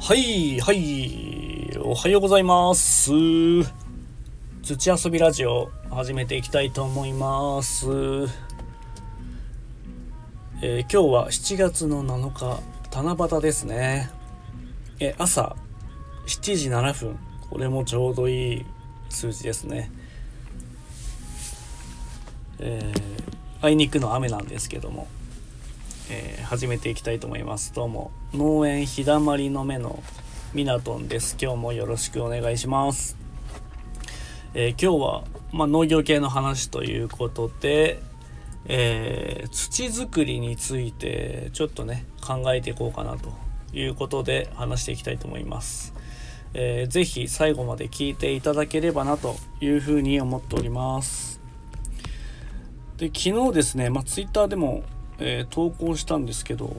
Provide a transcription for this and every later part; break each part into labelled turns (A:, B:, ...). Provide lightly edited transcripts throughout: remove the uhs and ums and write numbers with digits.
A: はいはい、おはようございます。土遊びラジオ始めていきたいと思います。今日は7月の7日七夕ですね。朝7時7分、これもちょうどいい数字ですね。あいにくの雨なんですけども、始めていきたいと思います。どうも、農園日だまりの目のミナトンです。今日もよろしくお願いします。今日は、農業系の話ということで、土作りについてちょっとね考えていこうかなということで話していきたいと思います。ぜひ最後まで聞いていただければなというふうに思っております。で、昨日ですね、ツイッターでも投稿したんですけど、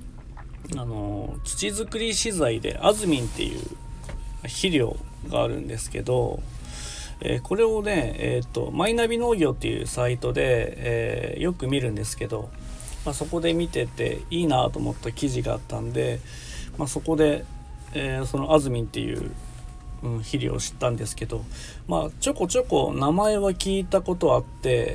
A: 土作り資材でアズミンっていう肥料があるんですけど、これをね、マイナビ農業っていうサイトで、よく見るんですけど、そこで見てていいなと思った記事があったんで、そこで、そのアズミンっていう、肥料を知ったんですけど、ちょこちょこ名前は聞いたことあって、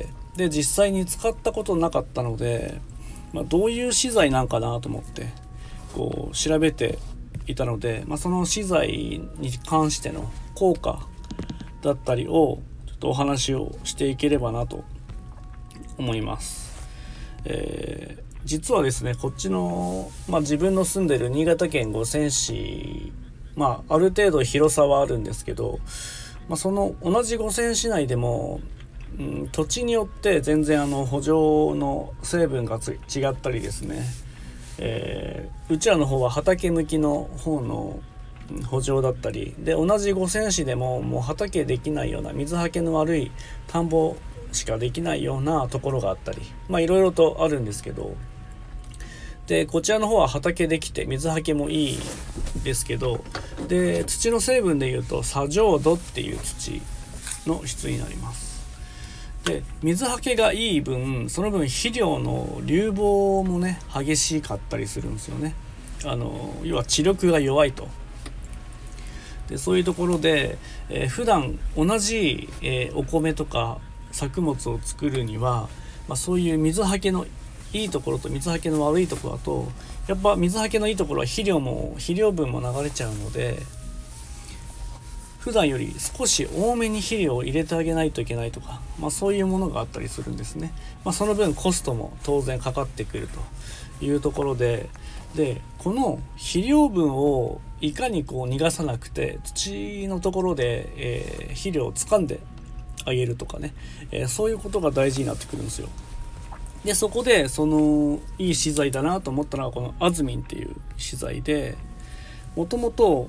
A: で実際に使ったことなかったので、どういう資材なんかなと思ってこう調べていたので、その資材に関しての効果だったりをちょっとお話をしていければなと思います。実はですね、こっちの、自分の住んでる新潟県五泉市、ある程度広さはあるんですけど、その同じ五泉市内でも土地によって全然補助の成分が違ったりですね、うちらの方は畑向きの方の補助だったりで、同じ五泉市でももう畑できないような水はけの悪い田んぼしかできないようなところがあったり、いろいろとあるんですけど、でこちらの方は畑できて水はけもいいですけど、で土の成分でいうと砂浄土っていう土の質になります。で水はけがいい分、その分肥料の流礫もね激しかったりするんですよね。要は地力が弱いと。でそういうところで、普段同じ、お米とか作物を作るには、そういう水はけのいいところと水はけの悪いところだと、やっぱ水はけのいいところは肥料分も流れちゃうので、普段より少し多めに肥料を入れてあげないといけないとか、そういうものがあったりするんですね。その分コストも当然かかってくるというところで、この肥料分をいかにこう逃がさなくて土のところで、肥料を掴んであげるとかね、そういうことが大事になってくるんですよ。でそこでそのいい資材だなと思ったのがこのアズミンっていう資材で、もともと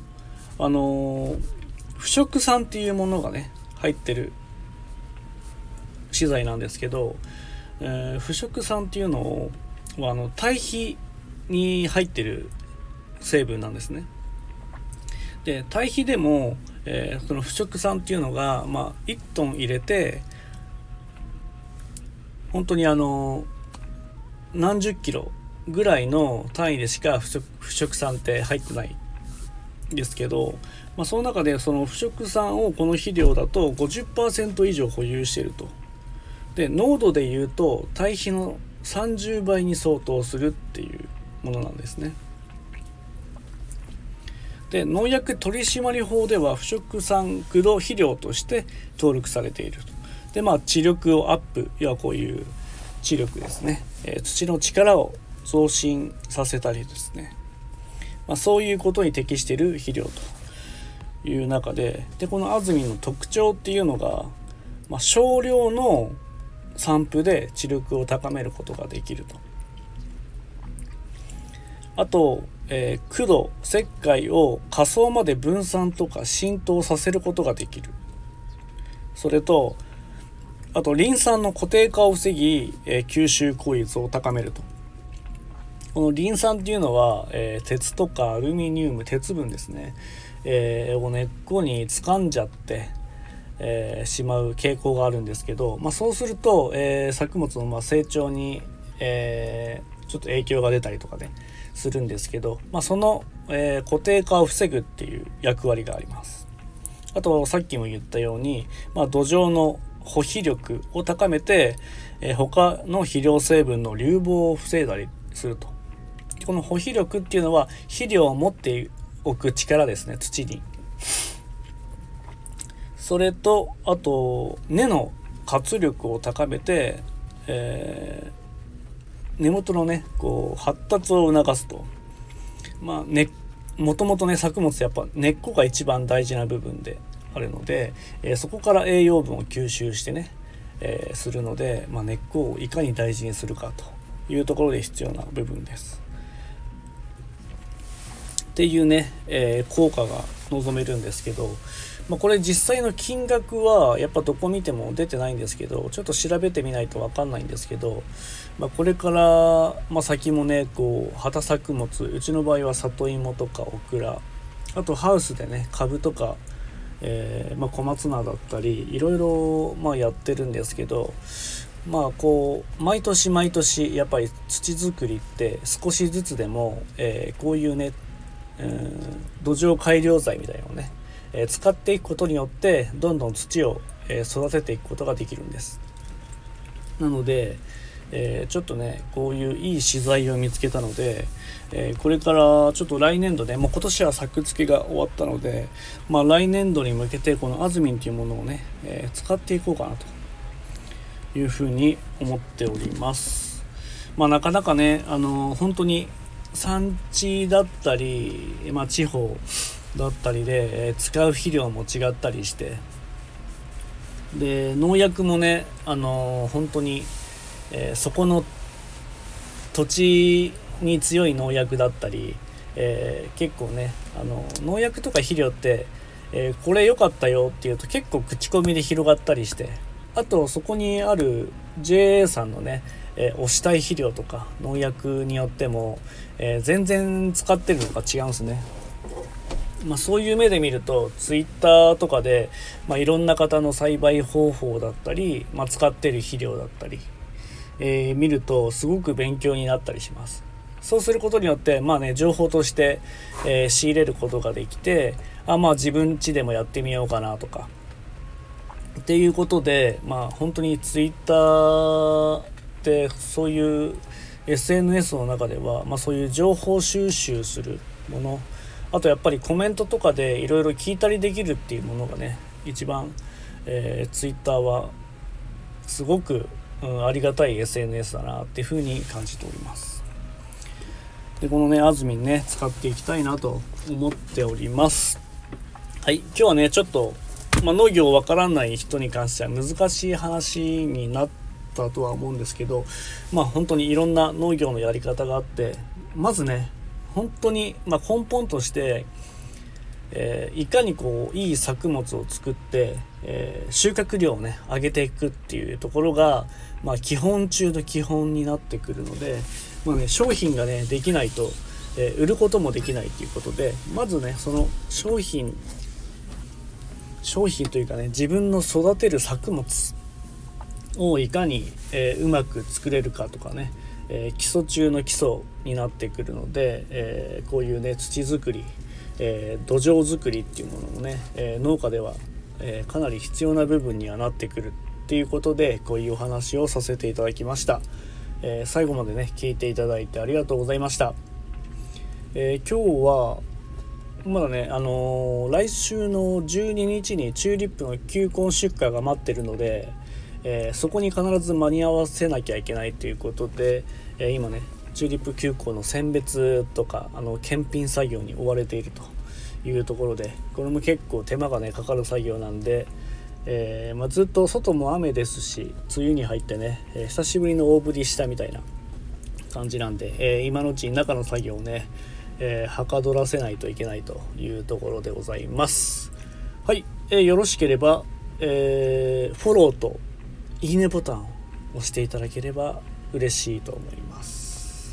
A: 腐植酸っていうものがね入ってる資材なんですけど、腐植酸っていうのは堆肥に入ってる成分なんですね。で堆肥でも、その腐植酸っていうのが、1トン入れて本当に何十キロぐらいの単位でしか腐植酸って入ってないんですけど、その中でその腐植酸をこの肥料だと 50% 以上保有していると。で濃度でいうと堆肥の30倍に相当するっていうものなんですね。で農薬取締法では腐植酸駆動肥料として登録されていると。で地力をアップ、要はこういう地力ですね、土の力を増進させたりですね、そういうことに適している肥料という中で、このアズミンの特徴っていうのが、少量の散布で地力を高めることができると。あと、駆動石灰を下層まで分散とか浸透させることができる。それとあとリン酸の固定化を防ぎ、吸収効率を高めると。このリン酸っていうのは、鉄とかアルミニウム、鉄分ですね、を根っこに掴んじゃって、しまう傾向があるんですけど、そうすると、作物の成長に、 ちょっと影響が出たりとかねするんですけど、その、固定化を防ぐっていう役割があります。あとさっきも言ったように、土壌の保肥力を高めて、他の肥料成分の流亡を防いだりすると。この保肥力っていうのは肥料を持っておく力ですね、土に。それとあと根の活力を高めて、根元のねこう発達を促すと。もともとね作物やっぱ根っこが一番大事な部分であるので、そこから栄養分を吸収してね、するので、根っこをいかに大事にするかというところで必要な部分ですっていうね、効果が望めるんですけど、これ実際の金額はやっぱどこ見ても出てないんですけど、ちょっと調べてみないと分かんないんですけど、これから、先もねこう畑作物、うちの場合は里芋とかオクラ、あとハウスでね株とか、小松菜だったりいろいろやってるんですけど、こう毎年毎年やっぱり土作りって少しずつでも、こういうね、土壌改良剤みたいなのをね、使っていくことによってどんどん土を、育てていくことができるんです。なので、ちょっとねこういういい資材を見つけたので、これからちょっと来年度ね、もう今年は作付けが終わったので、来年度に向けてこのあずみんというものをね、使っていこうかなというふうに思っております。なかなかね本当に産地だったり、地方だったりで、使う肥料も違ったりして、で農薬もね本当に、そこの土地に強い農薬だったり、結構ね農薬とか肥料って、これ良かったよっていうと結構口コミで広がったりして、あとそこにある JA さんのね、推したい肥料とか農薬によっても、全然使ってるのが違うんですね。そういう目で見るとツイッターとかで、いろんな方の栽培方法だったり、使ってる肥料だったり、見るとすごく勉強になったりします。そうすることによって情報として、仕入れることができて、自分家でもやってみようかなとかっていうことで、本当にツイッターってそういう SNS の中では、そういう情報収集するもの、あとやっぱりコメントとかでいろいろ聞いたりできるっていうものがね一番、ツイッターはすごく、ありがたい SNS だなっていうふうに感じております。でこのねあずみんね使っていきたいなと思っております。はい、今日はねちょっと、農業わからない人に関しては難しい話になったとは思うんですけど、本当にいろんな農業のやり方があって、まずね本当に、根本として、いかにこういい作物を作って、収穫量をね上げていくっていうところが、基本中の基本になってくるので、商品がねできないと、売ることもできないということで、まずねその商品というかね自分の育てる作物をいかに、うまく作れるかとかね、基礎中の基礎になってくるので、こういうね土作り、土壌作りっていうものもね、農家では、かなり必要な部分にはなってくるっていうことで、こういうお話をさせていただきました。最後までね聞いていただいてありがとうございました。今日はまだね、来週の12日にチューリップの球根出荷が待ってるので、そこに必ず間に合わせなきゃいけないということで、今ねチューリップ球根の選別とか検品作業に追われているというところで、これも結構手間がねかかる作業なんで、ずっと外も雨ですし梅雨に入ってね、久しぶりの大降りしたみたいな感じなんで、今のうちに中の作業をね、はかどらせないといけないというところでございます。はい、よろしければ、フォローといいねボタンを押していただければ嬉しいと思います。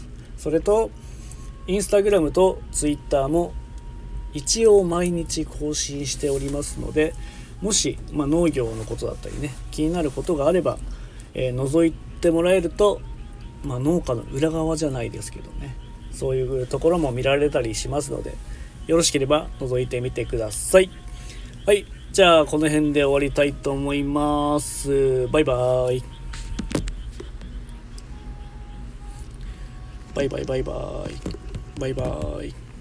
A: それとインスタグラムとツイッターも一応毎日更新しておりますので、もし、農業のことだったりね気になることがあれば、覗いてもらえると農家の裏側じゃないですけどね、そういうところも見られたりしますので、よろしければ覗いてみてください。はい、じゃあこの辺で終わりたいと思います。バイバイ。バイバイバイバイバイバイ。